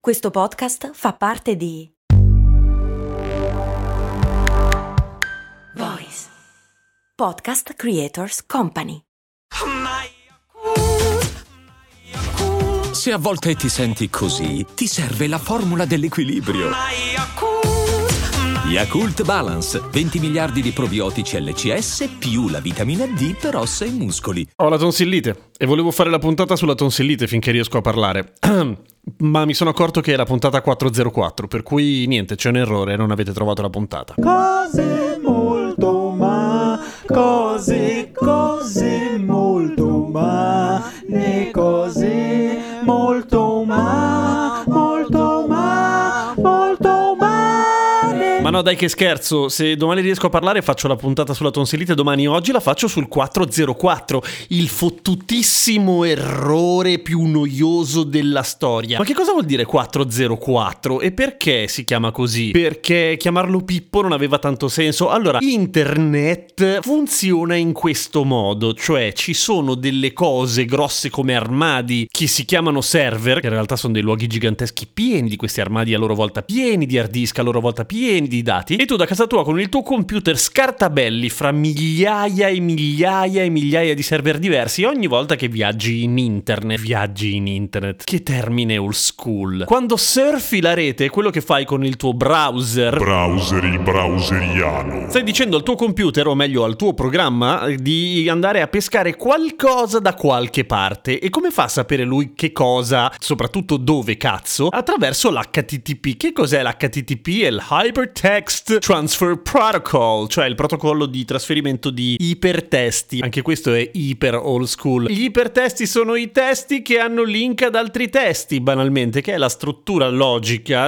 Questo podcast fa parte di Voice Podcast Creators Company. Se a volte ti senti così, ti serve la formula dell'equilibrio. Yakult Balance, 20 miliardi di probiotici LCS più la vitamina D per ossa e muscoli. Ho la tonsillite e volevo fare la puntata sulla tonsillite finché riesco a parlare. Ma mi sono accorto che è la puntata 404, per cui niente, c'è un errore, non avete trovato la puntata. Cose molto Ma no, dai, che scherzo, se domani riesco a parlare faccio la puntata sulla tonsillite domani. Oggi la faccio sul 404, il fottutissimo errore più noioso della storia. Ma che cosa vuol dire 404 e perché si chiama così? Perché chiamarlo Pippo non aveva tanto senso. Allora, internet funziona in questo modo, cioè ci sono delle cose grosse come armadi che si chiamano server, che in realtà sono dei luoghi giganteschi pieni di questi armadi a loro volta pieni di hard disk, a loro volta pieni di dati, e tu da casa tua con il tuo computer scartabelli fra migliaia e migliaia e migliaia di server diversi ogni volta che viaggi in internet. Che termine old school. Quando surfi la rete, quello che fai con il tuo browser, il browseriano, stai dicendo al tuo computer, o meglio al tuo programma, di andare a pescare qualcosa da qualche parte. E come fa a sapere lui che cosa, soprattutto dove cazzo? Attraverso l'HTTP. Che cos'è l'HTTP? È il Hypertext Transfer Protocol, cioè il protocollo di trasferimento di ipertesti. Anche questo è iper old school. Gli ipertesti sono i testi che hanno link ad altri testi, banalmente, che è la struttura logica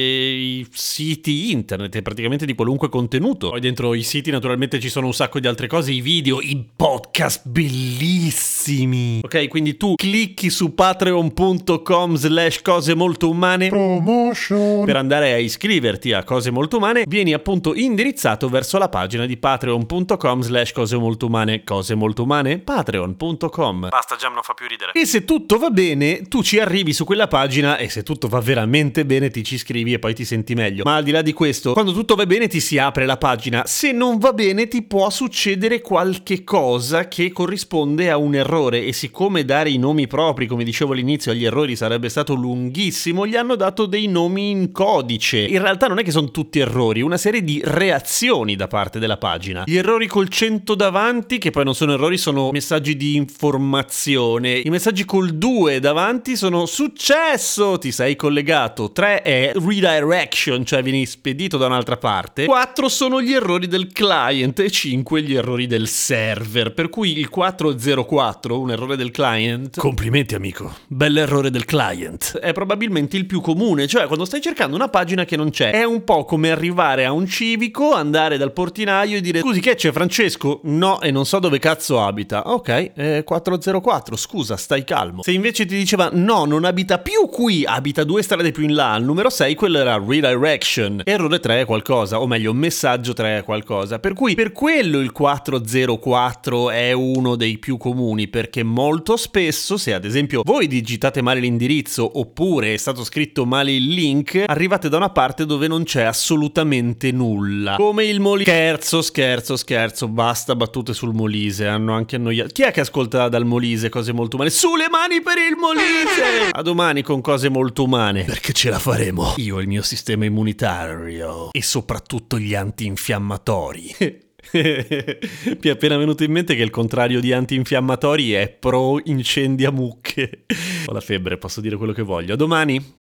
dei siti internet e praticamente di qualunque contenuto. Poi dentro i siti naturalmente ci sono un sacco di altre cose, i video, i podcast bellissimi. Ok, quindi tu clicchi su patreon.com/cose molto umane promotion, per andare a iscriverti a Cose Molto Umane, vieni appunto indirizzato verso la pagina di patreon.com/cose molto umane. Cose molto umane? Patreon.com. Basta, già non fa più ridere. E se tutto va bene, tu ci arrivi su quella pagina e se tutto va veramente bene ti ci iscrivi e poi ti senti meglio. Ma al di là di questo, quando tutto va bene ti si apre la pagina. Se non va bene ti può succedere qualche cosa che corrisponde a un errore, e siccome dare i nomi propri, come dicevo all'inizio, agli errori sarebbe stato lunghissimo, gli hanno dato dei nomi in codice. In realtà non è che sono tutti errori, una serie di reazioni da parte della pagina. Gli errori col 100 davanti, che poi non sono errori, sono messaggi di informazione. I messaggi col 2 davanti sono successo, ti sei collegato. 3 è redirection, cioè vieni spedito da un'altra parte. 4 sono gli errori del client e 5 gli errori del server. Per cui il 404, un errore del client, complimenti amico, bell'errore del client, è probabilmente il più comune. Cioè quando stai cercando una pagina che non c'è, è un po' come arrivare a un civico, andare dal portinaio e dire: scusi, che c'è Francesco? No, e non so dove cazzo abita. Ok, 404, scusa, stai calmo. Se invece ti diceva: no, non abita più qui, abita 2 strade più in là, al numero 6, quello era redirection. Errore 3 è qualcosa, o meglio messaggio 3 è qualcosa. Per cui per quello il 404 è uno dei più comuni, perché molto spesso, se ad esempio voi digitate male l'indirizzo oppure è stato scritto male il link, arrivate da una parte dove non c'è assolutamente nulla. Come il Molise. Scherzo, basta battute sul Molise, hanno anche annoiato. Chi è che ascolta dal Molise Cose Molto Umane? Sulle mani per il Molise! A domani con Cose Molto Umane, perché ce la faremo. Io e il mio sistema immunitario e soprattutto gli antinfiammatori. Mi è appena venuto in mente che il contrario di antinfiammatori è pro incendiamucche. Ho la febbre, posso dire quello che voglio. A domani.